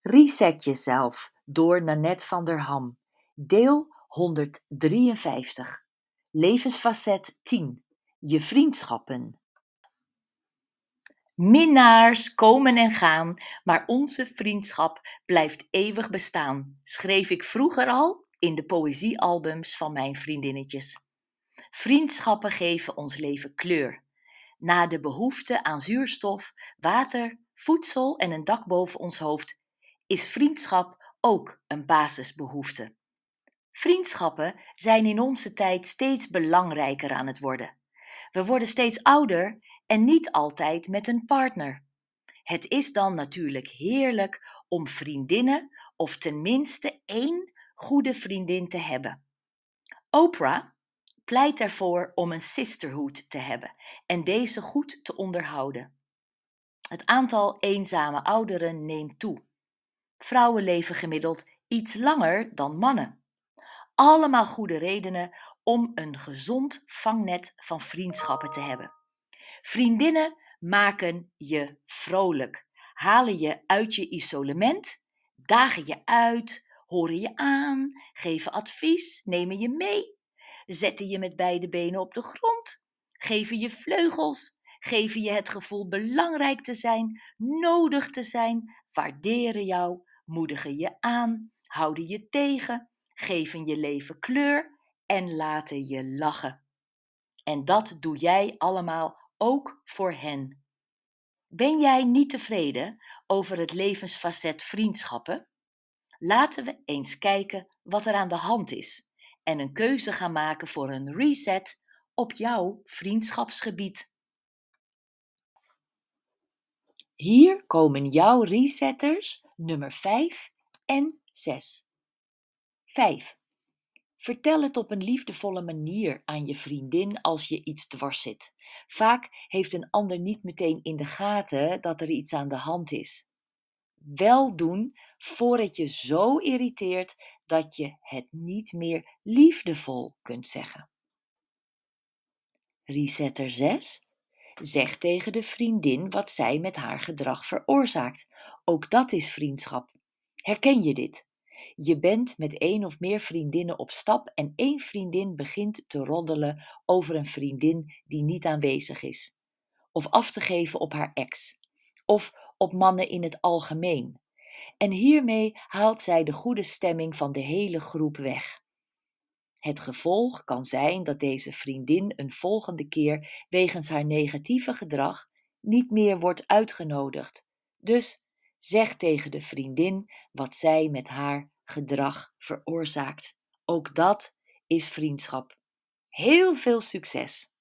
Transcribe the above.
Reset jezelf door Nanette van der Ham. Deel 153. Levensfacet 10. Je vriendschappen. Minnaars komen en gaan, maar onze vriendschap blijft eeuwig bestaan, schreef ik vroeger al in de poëziealbums van mijn vriendinnetjes. Vriendschappen geven ons leven kleur. Na de behoefte aan zuurstof, water, voedsel en een dak boven ons hoofd is vriendschap ook een basisbehoefte. Vriendschappen zijn in onze tijd steeds belangrijker aan het worden. We worden steeds ouder en niet altijd met een partner. Het is dan natuurlijk heerlijk om vriendinnen of tenminste één goede vriendin te hebben. Oprah pleit ervoor om een sisterhood te hebben en deze goed te onderhouden. Het aantal eenzame ouderen neemt toe. Vrouwen leven gemiddeld iets langer dan mannen. Allemaal goede redenen om een gezond vangnet van vriendschappen te hebben. Vriendinnen maken je vrolijk, halen je uit je isolement, dagen je uit, horen je aan, geven advies, nemen je mee, zetten je met beide benen op de grond, geven je vleugels, geven je het gevoel belangrijk te zijn, nodig te zijn, waarderen jou, moedigen je aan, houden je tegen, geven je leven kleur en laten je lachen. En dat doe jij allemaal ook voor hen. Ben jij niet tevreden over het levensfacet vriendschappen? Laten we eens kijken wat er aan de hand is en een keuze gaan maken voor een reset op jouw vriendschapsgebied. Hier komen jouw resetters nummer 5 en 6. 5. Vertel het op een liefdevolle manier aan je vriendin als je iets dwars zit. Vaak heeft een ander niet meteen in de gaten dat er iets aan de hand is. Wel doen voor het je zo irriteert dat je het niet meer liefdevol kunt zeggen. Resetter 6. Zeg tegen de vriendin wat zij met haar gedrag veroorzaakt. Ook dat is vriendschap. Herken je dit? Je bent met één of meer vriendinnen op stap en één vriendin begint te roddelen over een vriendin die niet aanwezig is. Of af te geven op haar ex. Of op mannen in het algemeen. En hiermee haalt zij de goede stemming van de hele groep weg. Het gevolg kan zijn dat deze vriendin een volgende keer wegens haar negatieve gedrag niet meer wordt uitgenodigd. Dus zeg tegen de vriendin wat zij met haar gedrag veroorzaakt. Ook dat is vriendschap. Heel veel succes!